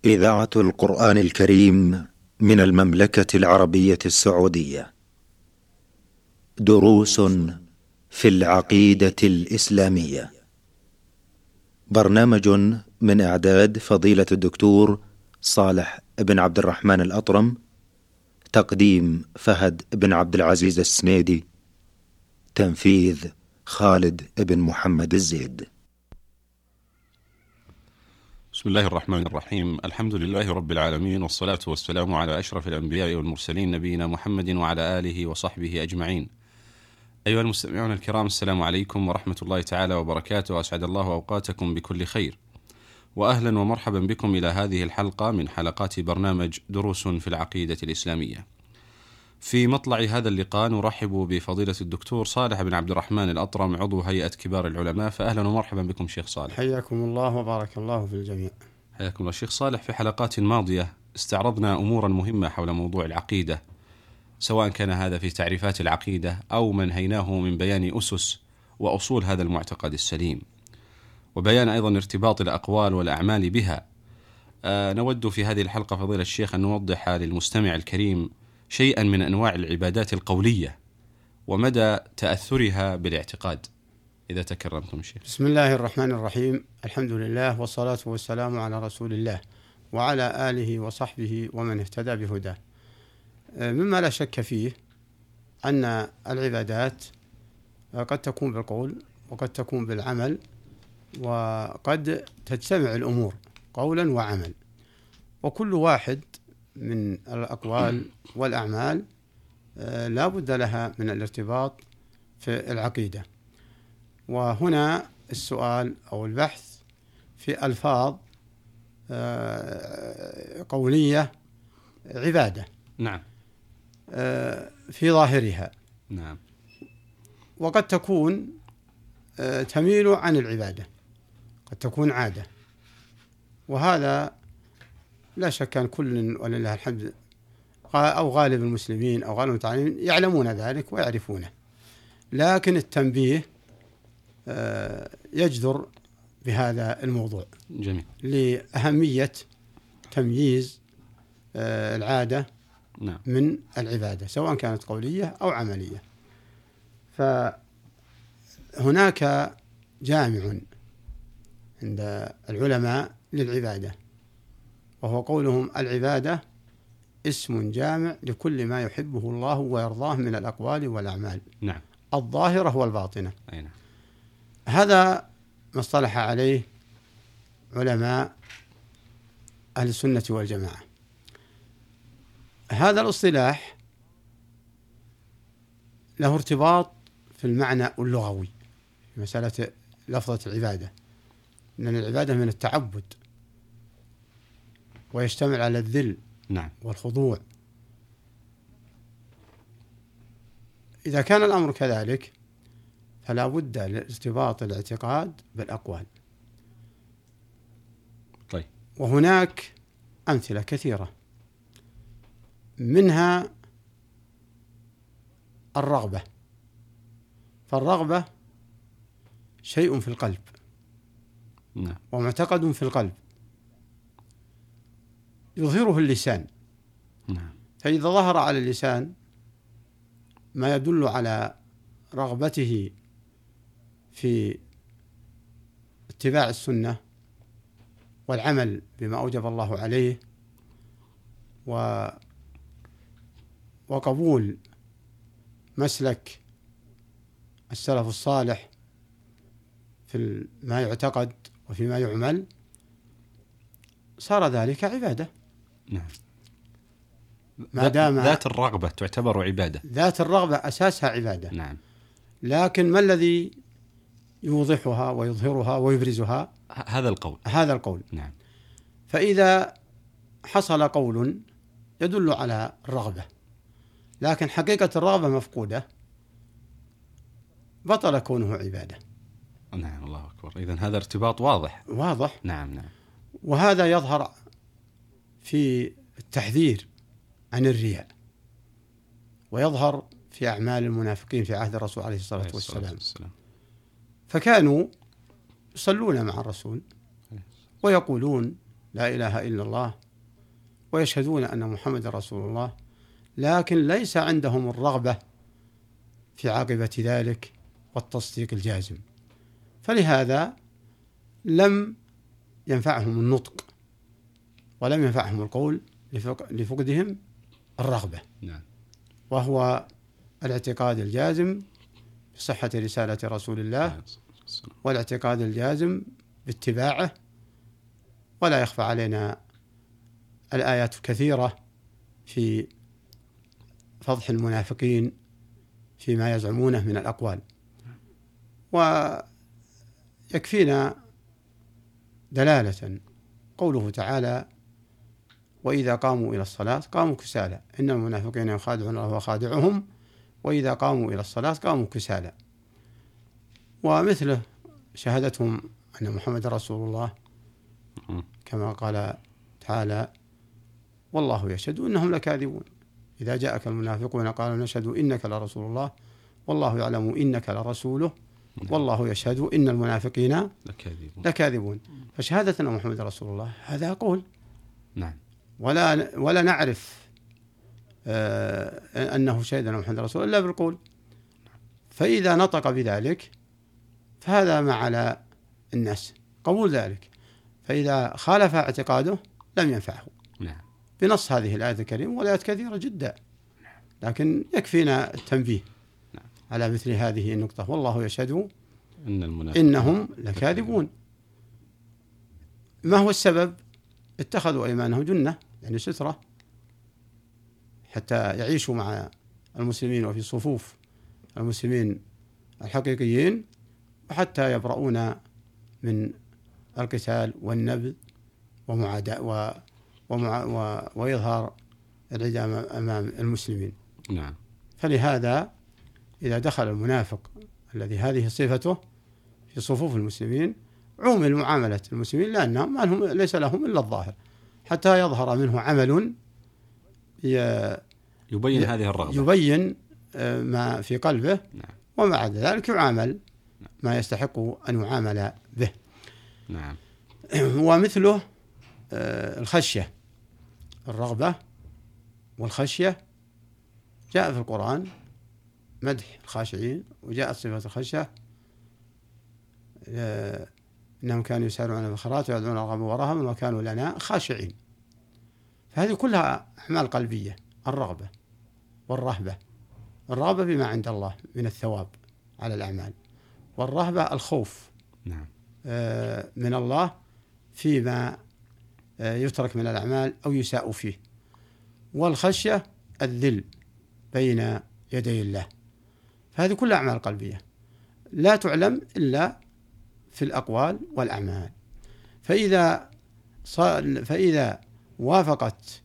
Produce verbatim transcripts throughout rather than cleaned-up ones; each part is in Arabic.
إذاعة القرآن الكريم من المملكة العربية السعودية. دروس في العقيدة الإسلامية. برنامج من إعداد فضيلة الدكتور صالح بن عبد الرحمن الأطرم. تقديم فهد بن عبد العزيز السنيدي. تنفيذ خالد بن محمد الزيد. بسم الله الرحمن الرحيم. الحمد لله رب العالمين، والصلاة والسلام على أشرف الأنبياء والمرسلين نبينا محمد وعلى آله وصحبه أجمعين. أيها المستمعون الكرام، السلام عليكم ورحمة الله تعالى وبركاته، وأسعد الله أوقاتكم بكل خير، وأهلا ومرحبا بكم إلى هذه الحلقة من حلقات برنامج دروس في العقيدة الإسلامية. في مطلع هذا اللقاء نرحب بفضيلة الدكتور صالح بن عبد الرحمن الأطرم، عضو هيئة كبار العلماء، فأهلا ومرحبا بكم شيخ صالح. حياكم الله وبارك الله في الجميع. حياكم الله شيخ صالح. في حلقات ماضية استعرضنا أمورا مهمة حول موضوع العقيدة، سواء كان هذا في تعريفات العقيدة أو منهيناه من بيان أسس وأصول هذا المعتقد السليم، وبيان أيضا ارتباط الأقوال والأعمال بها. آه نود في هذه الحلقة فضيلة الشيخ أن نوضح للمستمع الكريم شيئا من أنواع العبادات القولية ومدى تأثرها بالاعتقاد، إذا تكرمتم شيخ. بسم الله الرحمن الرحيم. الحمد لله والصلاة والسلام على رسول الله وعلى آله وصحبه ومن اهتدى بهداه. مما لا شك فيه أن العبادات قد تكون بالقول وقد تكون بالعمل، وقد تجتمع الأمور قولا وعمل، وكل واحد من الأقوال والأعمال لا بد لها من الارتباط في العقيدة. وهنا السؤال أو البحث في ألفاظ قولية عبادة، نعم، في ظاهرها، نعم، وقد تكون تميل عن العبادة، قد تكون عادة، وهذا لا شك أن كل ولله الحمد أو غالب المسلمين أو غالب المتعلمين يعلمون ذلك ويعرفونه، لكن التنبيه يجدر بهذا الموضوع. جميل. لأهمية تمييز العادة نعم. من العبادة، سواء كانت قولية أو عملية. فهناك جامع عند العلماء للعبادة، وهو قولهم: العبادة اسم جامع لكل ما يحبه الله ويرضاه من الأقوال والأعمال، نعم، الظاهرة والباطنة. أي نعم. هذا ما اصطلح عليه علماء أهل السنة والجماعة. هذا الاصطلاح له ارتباط في المعنى اللغوي في مسألة لفظة العبادة، لأن العبادة من التعبد ويشتمل على الذل، نعم، والخضوع. إذا كان الأمر كذلك فلا بد لارتباط الاعتقاد بالأقوال. طيب. وهناك أمثلة كثيرة، منها الرغبة. فالرغبة شيء في القلب، نعم، ومعتقد في القلب يظهره اللسان. نعم. فإذا ظهر على اللسان ما يدل على رغبته في اتباع السنة والعمل بما أوجب الله عليه، و وقبول مسلك السلف الصالح في ما يعتقد وفيما يعمل، صار ذلك عبادة. نعم. ما دام ذات الرغبة تعتبر عبادة. ذات الرغبة أساسها عبادة. نعم. لكن ما الذي يوضحها ويظهرها ويبرزها؟ هذا القول. هذا القول. نعم. فإذا حصل قول يدل على الرغبة، لكن حقيقة الرغبة مفقودة، بطل كونه عبادة. نعم، الله أكبر. إذن هذا ارتباط واضح. واضح. نعم، نعم. وهذا يظهر في التحذير عن الرياء، ويظهر في أعمال المنافقين في عهد الرسول عليه الصلاة والسلام. فكانوا يصلون مع الرسول ويقولون لا إله إلا الله ويشهدون أن محمد رسول الله، لكن ليس عندهم الرغبة في عاقبة ذلك والتصديق الجازم، فلهذا لم ينفعهم النطق ولم ينفعهم القول لفقدهم الرغبة. نعم. وهو الاعتقاد الجازم بصحة رسالة رسول الله والاعتقاد الجازم باتباعه. ولا يخفى علينا الآيات كثيرة في فضح المنافقين فيما يزعمونه من الأقوال، ويكفينا دلالة قوله تعالى: وإذا قاموا إلى الصلاة قاموا كسالى إن المنافقين يخادعون الله وخادعهم وإذا قاموا إلى الصلاة قاموا كسالى. ومثله شهادتهم أن محمد رسول الله كما قال تعالى: والله يشهد إنهم لكاذبون إذا جاءك المنافقون قالوا نشهد إنك لرسول الله والله يعلم إنك لرسوله والله يشهد إن المنافقين لكاذبون, لكاذبون. فشهادة أن محمد رسول الله هذا قول، نعم، ولا ولا نعرف آه أنه شهد أن محمد رسول الله إلا بالقول. فإذا نطق بذلك فهذا ما على الناس قبول ذلك، فإذا خالف اعتقاده لم ينفعه. نعم. بنص هذه الآية الكريمة، والآيات كثيرة جدا، لكن يكفينا التنبيه نعم. على مثل هذه النقطة: والله يشهد إن إنهم لكاذبون. ما هو السبب؟ اتخذوا أيمانهم جنة، يعني سترة، حتى يعيشوا مع المسلمين وفي صفوف المسلمين الحقيقيين، وحتى يبرؤون من القتال والنبذ ومعاداة و ومع و ويظهر العداء أمام المسلمين. نعم. فلهذا إذا دخل المنافق الذي هذه صفته في صفوف المسلمين عومل معاملة المسلمين، لأنهم ما لهم ليس لهم إلا الظاهر، حتى يظهر منه عمل يبين ي... هذه الرغبة، يبين ما في قلبه. نعم. ومع ذلك يعامل ما يستحق أن يعامل به. نعم. ومثله الخشية، الرغبة والخشية جاء في القرآن مدح الخاشعين، وجاءت صفة الخشية إنهم كانوا يسارعون في الخيرات ويدعون رغبا ورهبا وكانوا لنا خاشعين. فهذه كلها أعمال قلبية: الرغبة والرهبة. الرغبة بما عند الله من الثواب على الأعمال، والرهبة الخوف نعم. من الله فيما يترك من الأعمال أو يساء فيه، والخشية الذل بين يدي الله. فهذه كلها أعمال قلبية لا تعلم إلا في الأقوال والأعمال. فإذا فإذا وافقت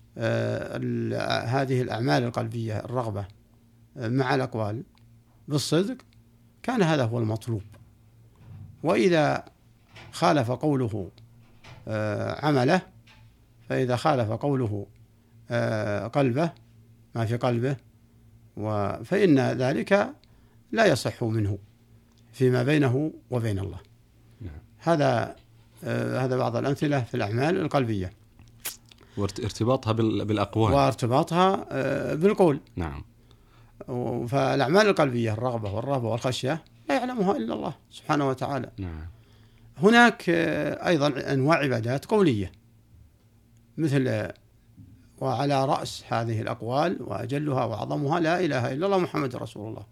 هذه الأعمال القلبية الرغبة مع الأقوال بالصدق كان هذا هو المطلوب. وإذا خالف قوله عمله، فإذا خالف قوله قلبه ما في قلبه، فإن ذلك لا يصح منه فيما بينه وبين الله. نعم. هذا هذا بعض الأمثلة في الأعمال القلبية، وارتباطها بالأقوال وارتباطها بالقول. نعم. فالأعمال القلبية الرغبة والرهبة والخشية لا يعلمها إلا الله سبحانه وتعالى. نعم. هناك أيضا أنواع عبادات قولية، مثل وعلى رأس هذه الأقوال وأجلها وأعظمها لا إله إلا الله محمد رسول الله.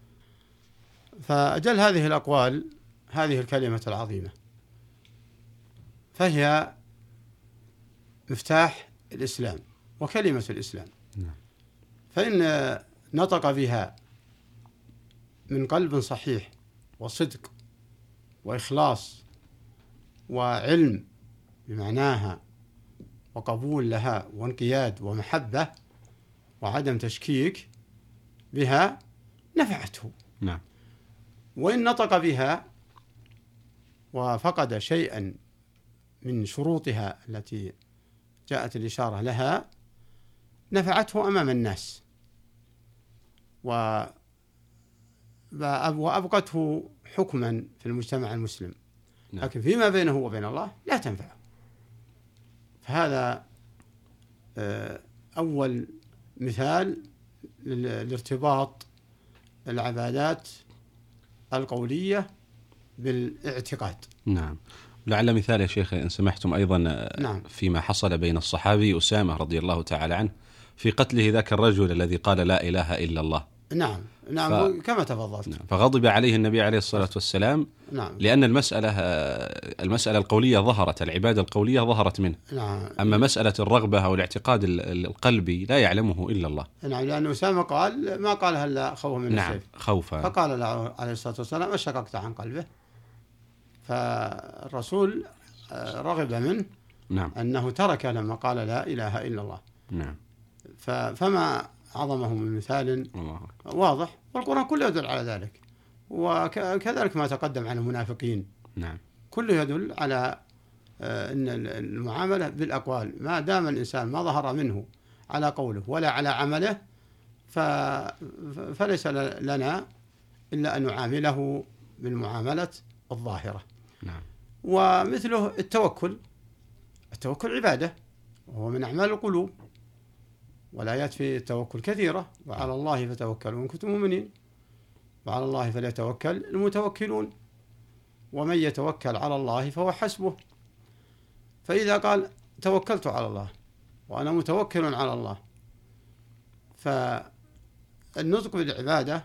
فأجل هذه الأقوال هذه الكلمة العظيمة، فهي مفتاح الإسلام وكلمة الإسلام. نعم. فإن نطق بها من قلب صحيح وصدق وإخلاص وعلم بمعناها وقبول لها وانقياد ومحبة وعدم تشكيك بها نفعته. نعم. وإن نطق بها وفقد شيئا من شروطها التي جاءت الإشارة لها نفعته أمام الناس وأبقته حكما في المجتمع المسلم. نعم. لكن فيما بينه وبين الله لا تنفعه. هذا أول مثال لارتباط العبادات القولية بالاعتقاد. نعم. لعل مثال يا شيخ إن سمحتم أيضا نعم. فيما حصل بين الصحابي أسامة رضي الله تعالى عنه في قتله ذاك الرجل الذي قال لا إله إلا الله. نعم نعم ف... كما تفضلت. نعم. فغضب عليه النبي عليه الصلاة والسلام نعم. لأن المسألة المسألة القولية ظهرت، العبادة القولية ظهرت منه. نعم. أما مسألة الرغبة أو الاعتقاد القلبي لا يعلمه إلا الله. نعم. لأن أسامة قال ما قالها إلا خوفا من نعم. السيف. خوفا. فقال له عليه الصلاة والسلام أشققت عن قلبه. فالرسول رغب منه نعم. أنه ترك لما قال لا إله إلا الله. نعم. فما عظمه من مثال واضح، والقرآن كله يدل على ذلك، وكذلك ما تقدم عن المنافقين. نعم. كله يدل على أن المعاملة بالأقوال ما دام الإنسان ما ظهر منه على قوله ولا على عمله فليس لنا إلا أن نعامله بالمعاملة الظاهرة. نعم. ومثله التوكل. التوكل عبادة وهو من أعمال القلوب، والآيات في التوكل كثيرة. وعلى الله فتوكلوا إن كنتم مؤمنين وعلى الله فليتوكل المتوكلون ومن يتوكل على الله فهو حسبه. فإذا قال توكلت على الله وأنا متوكل على الله، فالنطق بالعبادة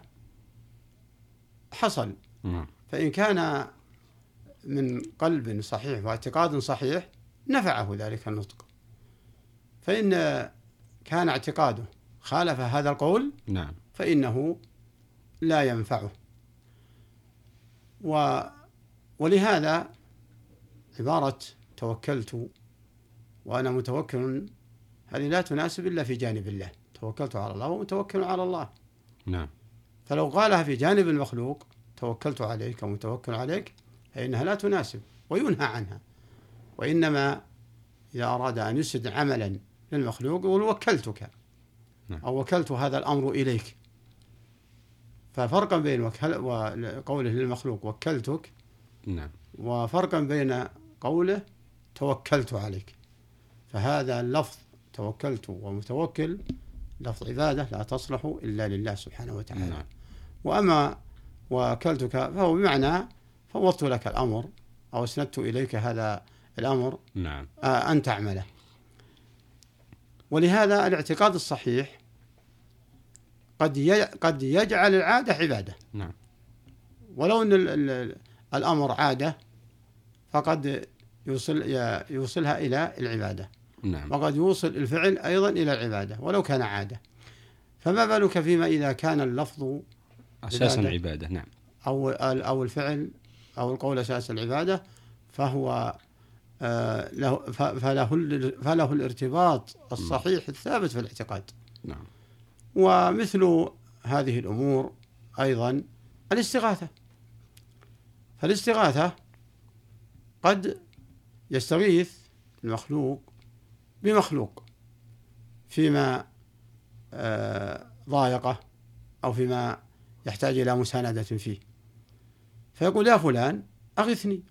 حصل. فإن كان من قلب صحيح واعتقاد صحيح نفعه ذلك النطق. فإن كان اعتقاده خالف هذا القول نعم. فإنه لا ينفعه. و ولهذا عبارة توكلت وأنا متوكل هذه لا تناسب إلا في جانب الله. توكلت على الله ومتوكل على الله. نعم. فلو قالها في جانب المخلوق توكلت عليك ومتوكل عليك فإنها لا تناسب وينهى عنها. وإنما إذا أراد أن يسد عملا للمخلوق يقول وكلتك أو وكلت هذا الأمر إليك. ففرقا بين وكل وقوله للمخلوق وكلتك نعم. وفرقا بين قوله توكلت عليك. فهذا اللفظ توكلت ومتوكل لفظ عبادة لا تصلح إلا لله سبحانه وتعالى. نعم. وأما وكلتك فهو بمعنى فوضت لك الأمر أو أسندت إليك هذا الأمر نعم. أن تعمله. ولهذا الاعتقاد الصحيح قد قد يجعل العادة عبادة. نعم. ولو أن الأمر عادة فقد يوصل يوصلها إلى العبادة. نعم. وقد يوصل الفعل أيضا إلى العبادة ولو كان عادة. فما بالك فيما إذا كان اللفظ أساسا عبادة. نعم. أو أو الفعل أو القول أساس العبادة فهو آه له فله فله الارتباط الصحيح الثابت في الاعتقاد. نعم. ومثل هذه الأمور أيضا الاستغاثة. فالاستغاثة قد يستغيث المخلوق بمخلوق فيما آه ضايقه أو فيما يحتاج إلى مساندة فيه، فيقول يا فلان أغثني.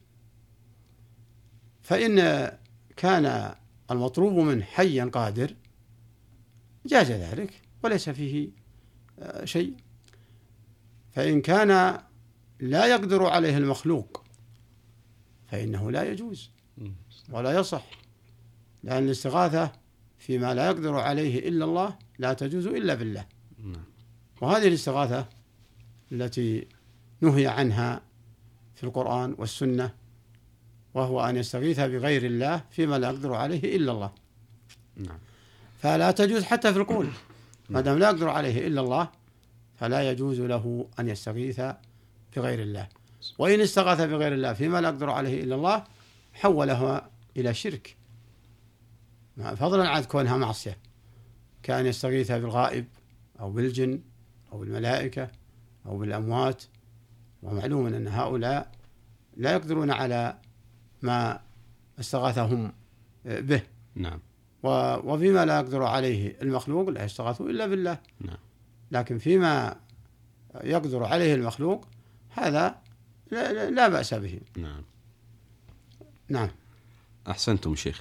فإن كان المطلوب منه حيا قادر جاز ذلك وليس فيه شيء. فإن كان لا يقدر عليه المخلوق فإنه لا يجوز ولا يصح، لأن الاستغاثة فيما لا يقدر عليه إلا الله لا تجوز إلا بالله. وهذه الاستغاثة التي نهي عنها في القرآن والسنة وهو أن يستغيث بغير الله فيما لا يقدر عليه إلا الله. نعم. فلا تجوز حتى في القول ما دام لا يقدر عليه إلا الله فلا يجوز له أن يستغيث بغير الله. وإن استغاث بغير الله فيما لا يقدر عليه إلا الله حولها إلى شرك فضلا عن كونها معصية، كان يستغيث بالغائب أو بالجن أو بالملائكة أو بالأموات، ومعلوم أن هؤلاء لا يقدرون على ما استغاثهم به. نعم. وفيما لا يقدر عليه المخلوق لا يستغاثوا إلا بالله. نعم. لكن فيما يقدر عليه المخلوق هذا لا, لا بأس به. نعم. نعم. أحسنتم شيخ.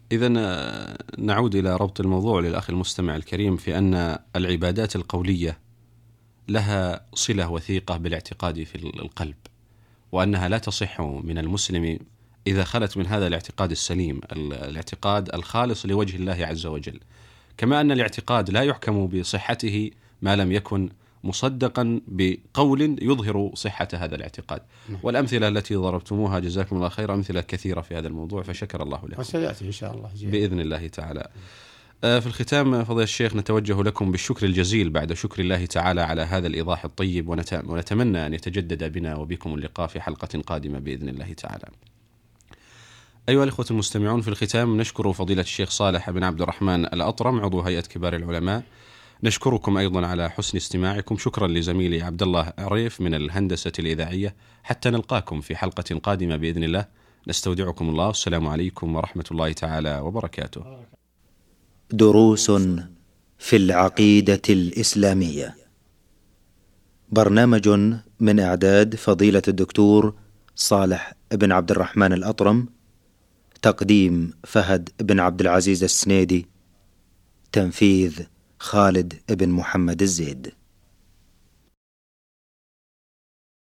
إذن نعود إلى ربط الموضوع للأخ المستمع الكريم في أن العبادات القولية لها صلة وثيقة بالاعتقاد في القلب، وأنها لا تصح من المسلم إذا خلت من هذا الاعتقاد السليم، الاعتقاد الخالص لوجه الله عز وجل. كما أن الاعتقاد لا يحكم بصحته ما لم يكن مصدقا بقول يظهر صحة هذا الاعتقاد. والأمثلة التي ضربتموها جزاكم الله خير أمثلة كثيرة في هذا الموضوع، فشكر الله لكم وسيأتي إن شاء الله جيد. بإذن الله تعالى. في الختام فضيلة الشيخ نتوجه لكم بالشكر الجزيل بعد شكر الله تعالى على هذا الإيضاح الطيب، ونتمنى أن يتجدد بنا وبكم اللقاء في حلقة قادمة بإذن الله تعالى. أيها الإخوة المستمعون، في الختام نشكر فضيلة الشيخ صالح بن عبد الرحمن الأطرم عضو هيئة كبار العلماء. نشكركم أيضا على حسن استماعكم. شكرا لزميلي عبد الله عريف من الهندسة الإذاعية. حتى نلقاكم في حلقة قادمة بإذن الله، نستودعكم الله، والسلام عليكم ورحمة الله تعالى وبركاته. دروس في العقيدة الإسلامية، برنامج من إعداد فضيلة الدكتور صالح بن عبد الرحمن الأطرم، تقديم فهد بن عبد العزيز السنيدي، تنفيذ خالد بن محمد الزيد.